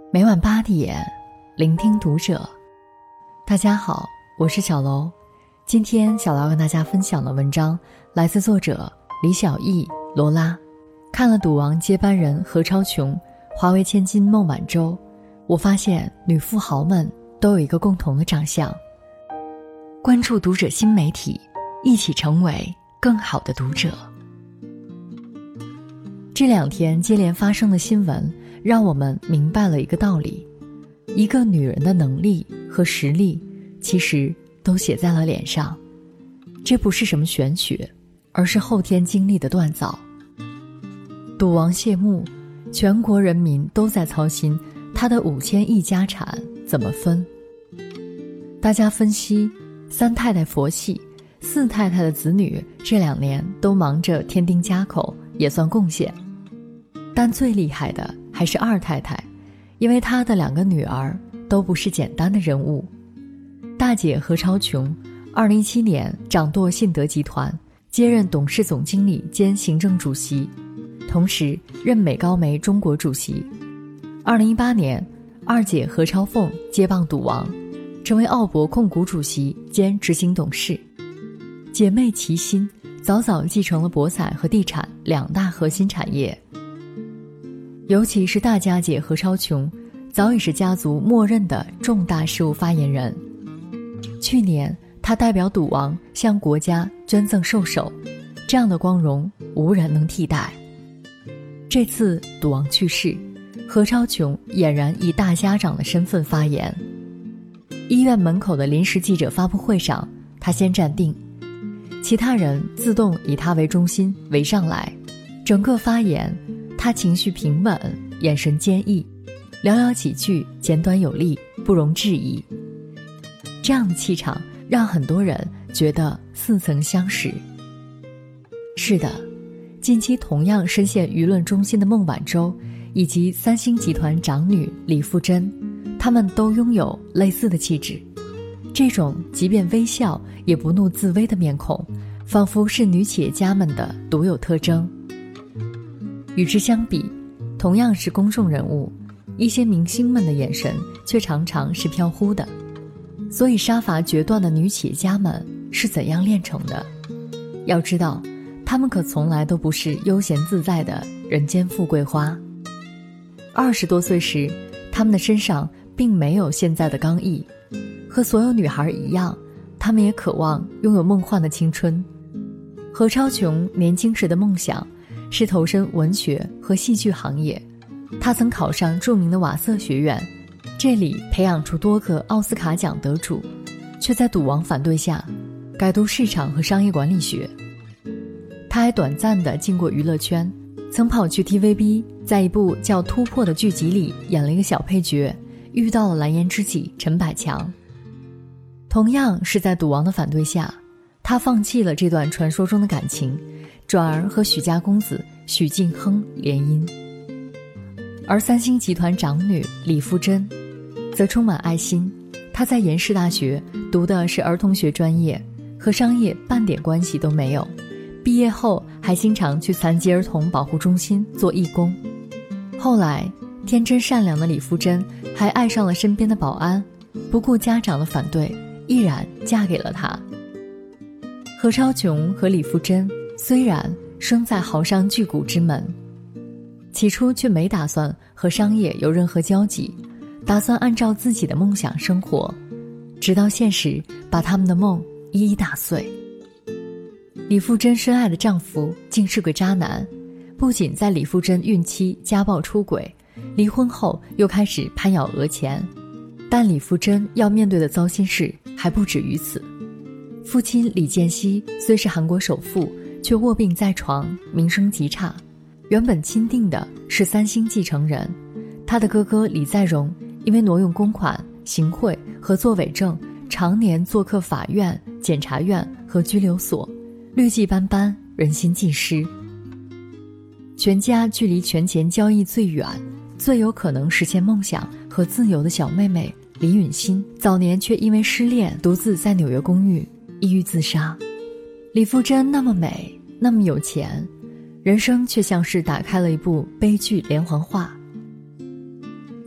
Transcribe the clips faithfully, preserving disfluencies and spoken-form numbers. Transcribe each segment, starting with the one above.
每晚八点，聆听读者。大家好，我是小楼。今天小楼要跟大家分享的文章来自作者李小艺、罗拉。看了赌王接班人何超琼、华为千金孟晚舟，我发现女富豪们都有一个共同的长相。关注读者新媒体，一起成为更好的读者。这两天接连发生的新闻让我们明白了一个道理，一个女人的能力和实力其实都写在了脸上，这不是什么玄学，而是后天经历的锻造。赌王谢幕，全国人民都在操心他的五千亿家产怎么分。大家分析，三太太佛系，四太太的子女这两年都忙着添丁加口，也算贡献。但最厉害的还是二太太，因为她的两个女儿都不是简单的人物。大姐何超琼二零一七年掌舵信德集团，接任董事总经理兼行政主席，同时任美高梅中国主席。二零一八年，二姐何超凤接棒赌王，成为奥博控股主席兼执行董事。姐妹齐心，早早继承了博彩和地产两大核心产业。尤其是大家姐何超琼，早已是家族默认的重大事务发言人。去年她代表赌王向国家捐赠兽首，这样的光荣无人能替代。这次赌王去世，何超琼俨然以大家长的身份发言。医院门口的临时记者发布会上，她先站定，其他人自动以她为中心围上来。整个发言他情绪平稳，眼神坚毅，寥寥几句简短有力，不容置疑。这样的气场让很多人觉得似曾相识。是的，近期同样深陷舆论中心的孟晚舟以及三星集团长女李富真，她们都拥有类似的气质。这种即便微笑也不怒自威的面孔，仿佛是女企业家们的独有特征。与之相比，同样是公众人物，一些明星们的眼神却常常是飘忽的。所以杀伐决断的女企业家们是怎样炼成的？要知道，她们可从来都不是悠闲自在的人间富贵花。二十多岁时，她们的身上并没有现在的刚毅，和所有女孩一样，她们也渴望拥有梦幻的青春。何超琼年轻时的梦想是投身文学和戏剧行业，他曾考上著名的瓦瑟学院，这里培养出多个奥斯卡奖得主，却在赌王反对下改读市场和商业管理学。他还短暂地进过娱乐圈，曾跑去 T V B， 在一部叫《突破》的剧集里演了一个小配角，遇到了蓝颜知己陈百强。同样是在赌王的反对下，他放弃了这段传说中的感情，转而和许家公子许晋亨联姻。而三星集团长女李富真则充满爱心，她在延世大学读的是儿童学专业，和商业半点关系都没有，毕业后还经常去残疾儿童保护中心做义工。后来天真善良的李富真还爱上了身边的保安，不顾家长的反对，毅然嫁给了他。何超琼和李富真虽然生在豪商巨贾之门，起初却没打算和商业有任何交集，打算按照自己的梦想生活，直到现实把他们的梦一一打碎。李富真深爱的丈夫竟是个渣男，不仅在李富真孕期家暴出轨，离婚后又开始攀咬额钱。但李富真要面对的糟心事还不止于此。父亲李健熙虽是韩国首富，却卧病在床，名声极差。原本钦定的是三星继承人，他的哥哥李在镕因为挪用公款、行贿和作伪证，常年做客法院、检察院和拘留所，劣迹斑斑，人心尽失。全家距离权钱交易最远，最有可能实现梦想和自由的小妹妹李允欣，早年却因为失恋独自在纽约公寓抑郁自杀。李富真那么美，那么有钱，人生却像是打开了一部悲剧连环画。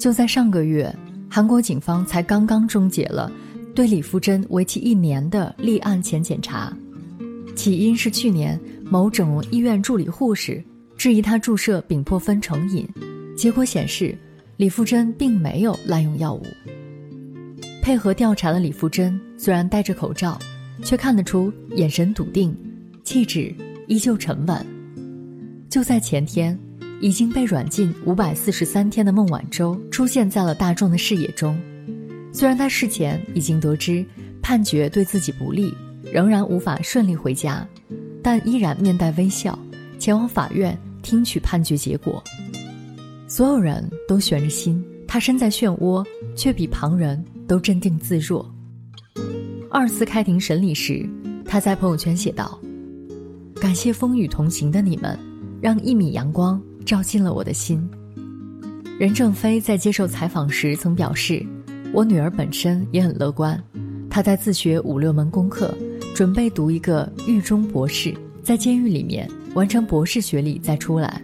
就在上个月，韩国警方才刚刚终结了对李富真为期一年的立案前检查。起因是去年某整容医院助理护士质疑她注射丙泊酚成瘾，结果显示李富真并没有滥用药物。配合调查的李富真虽然戴着口罩，却看得出眼神笃定，气质依旧沉稳。就在前天，已经被软禁五百四十三天的孟晚舟出现在了大众的视野中。虽然她事前已经得知判决对自己不利，仍然无法顺利回家，但依然面带微笑前往法院听取判决结果。所有人都悬着心，她身在漩涡，却比旁人都镇定自若。二次开庭审理时，她在朋友圈写道：感谢风雨同行的你们，让一米阳光照进了我的心。任正非在接受采访时曾表示，我女儿本身也很乐观，她在自学五六门功课，准备读一个狱中博士，在监狱里面完成博士学历再出来。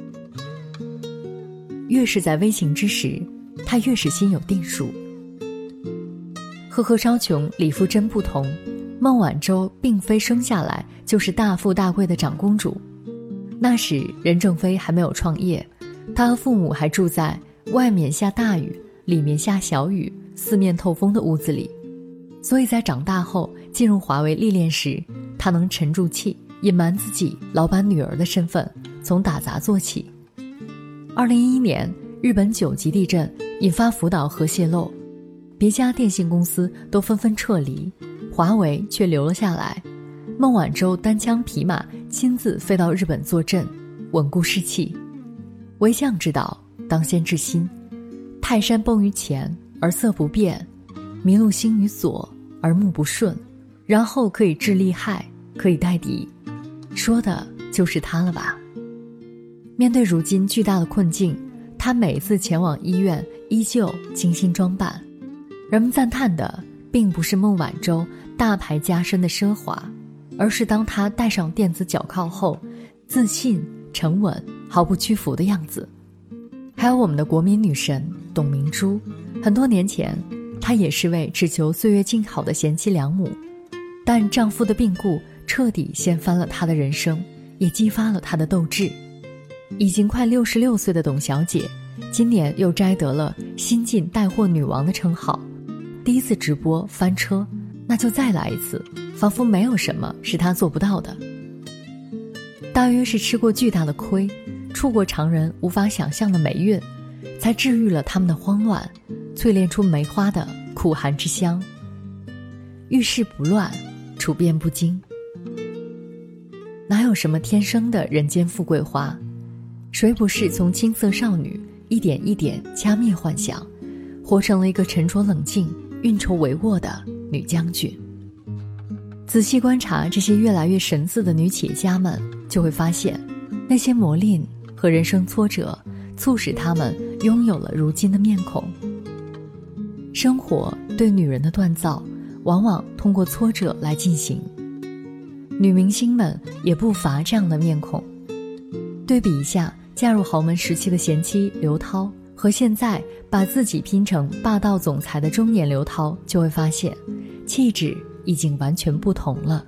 越是在危情之时，她越是心有定数。和何超琼、李富真不同，孟晚舟并非生下来就是大富大贵的长公主。那时任正非还没有创业，他和父母还住在外面下大雨里面下小雨四面透风的屋子里，所以在长大后进入华为历练时，他能沉住气，隐瞒自己老板女儿的身份，从打杂做起。二零一一年日本九级地震引发福岛核泄漏，别家电信公司都纷纷撤离，华为却留了下来。孟晚舟单枪匹马亲自飞到日本坐镇，稳固士气。为将之道，当先治心。泰山崩于前而色不变，麋鹿兴于左而目不顺，然后可以治利害，可以待敌。说的就是他了吧。面对如今巨大的困境，他每次前往医院依旧精心装扮。人们赞叹的并不是孟晚舟大牌加身的奢华，而是当他戴上电子脚铐后，自信、沉稳、毫不屈服的样子。还有我们的国民女神董明珠，很多年前，她也是位只求岁月静好的贤妻良母，但丈夫的病故彻底掀翻了她的人生，也激发了她的斗志。已经快六十六岁的董小姐，今年又摘得了新晋带货女王的称号。第一次直播翻车，那就再来一次，仿佛没有什么是她做不到的。大约是吃过巨大的亏，触过常人无法想象的霉运，才治愈了他们的慌乱，淬炼出梅花的苦寒之香。遇事不乱，处变不惊。哪有什么天生的人间富贵花，谁不是从青涩少女一点一点掐灭幻想，活成了一个沉着冷静、运筹帷幄的女将军。仔细观察这些越来越神似的女企业家们，就会发现那些磨砺和人生挫折促使她们拥有了如今的面孔。生活对女人的锻造往往通过挫折来进行，女明星们也不乏这样的面孔。对比一下嫁入豪门时期的贤妻刘涛和现在把自己拼成霸道总裁的中年刘涛，就会发现气质已经完全不同了。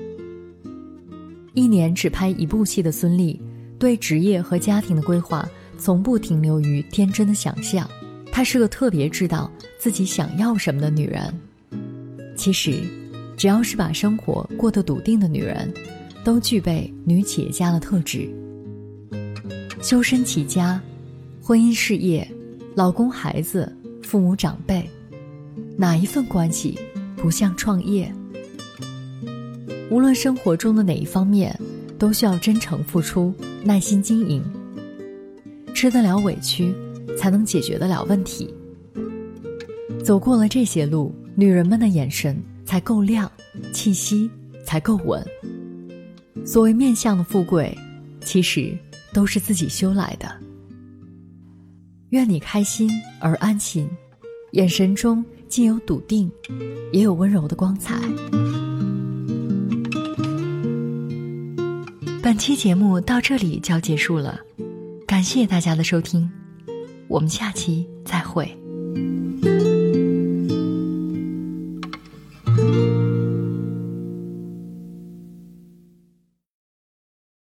一年只拍一部戏的孙俪，对职业和家庭的规划从不停留于天真的想象。她是个特别知道自己想要什么的女人。其实只要是把生活过得笃定的女人，都具备女企业家的特质。修身齐家，婚姻事业，老公孩子，父母长辈，哪一份关系不像创业？无论生活中的哪一方面，都需要真诚付出，耐心经营。吃得了委屈，才能解决得了问题。走过了这些路，女人们的眼神才够亮，气息才够稳。所谓面相的富贵，其实都是自己修来的。愿你开心而安心，眼神中既有笃定，也有温柔的光彩。本期节目到这里就要结束了，感谢大家的收听。 我们下期再会。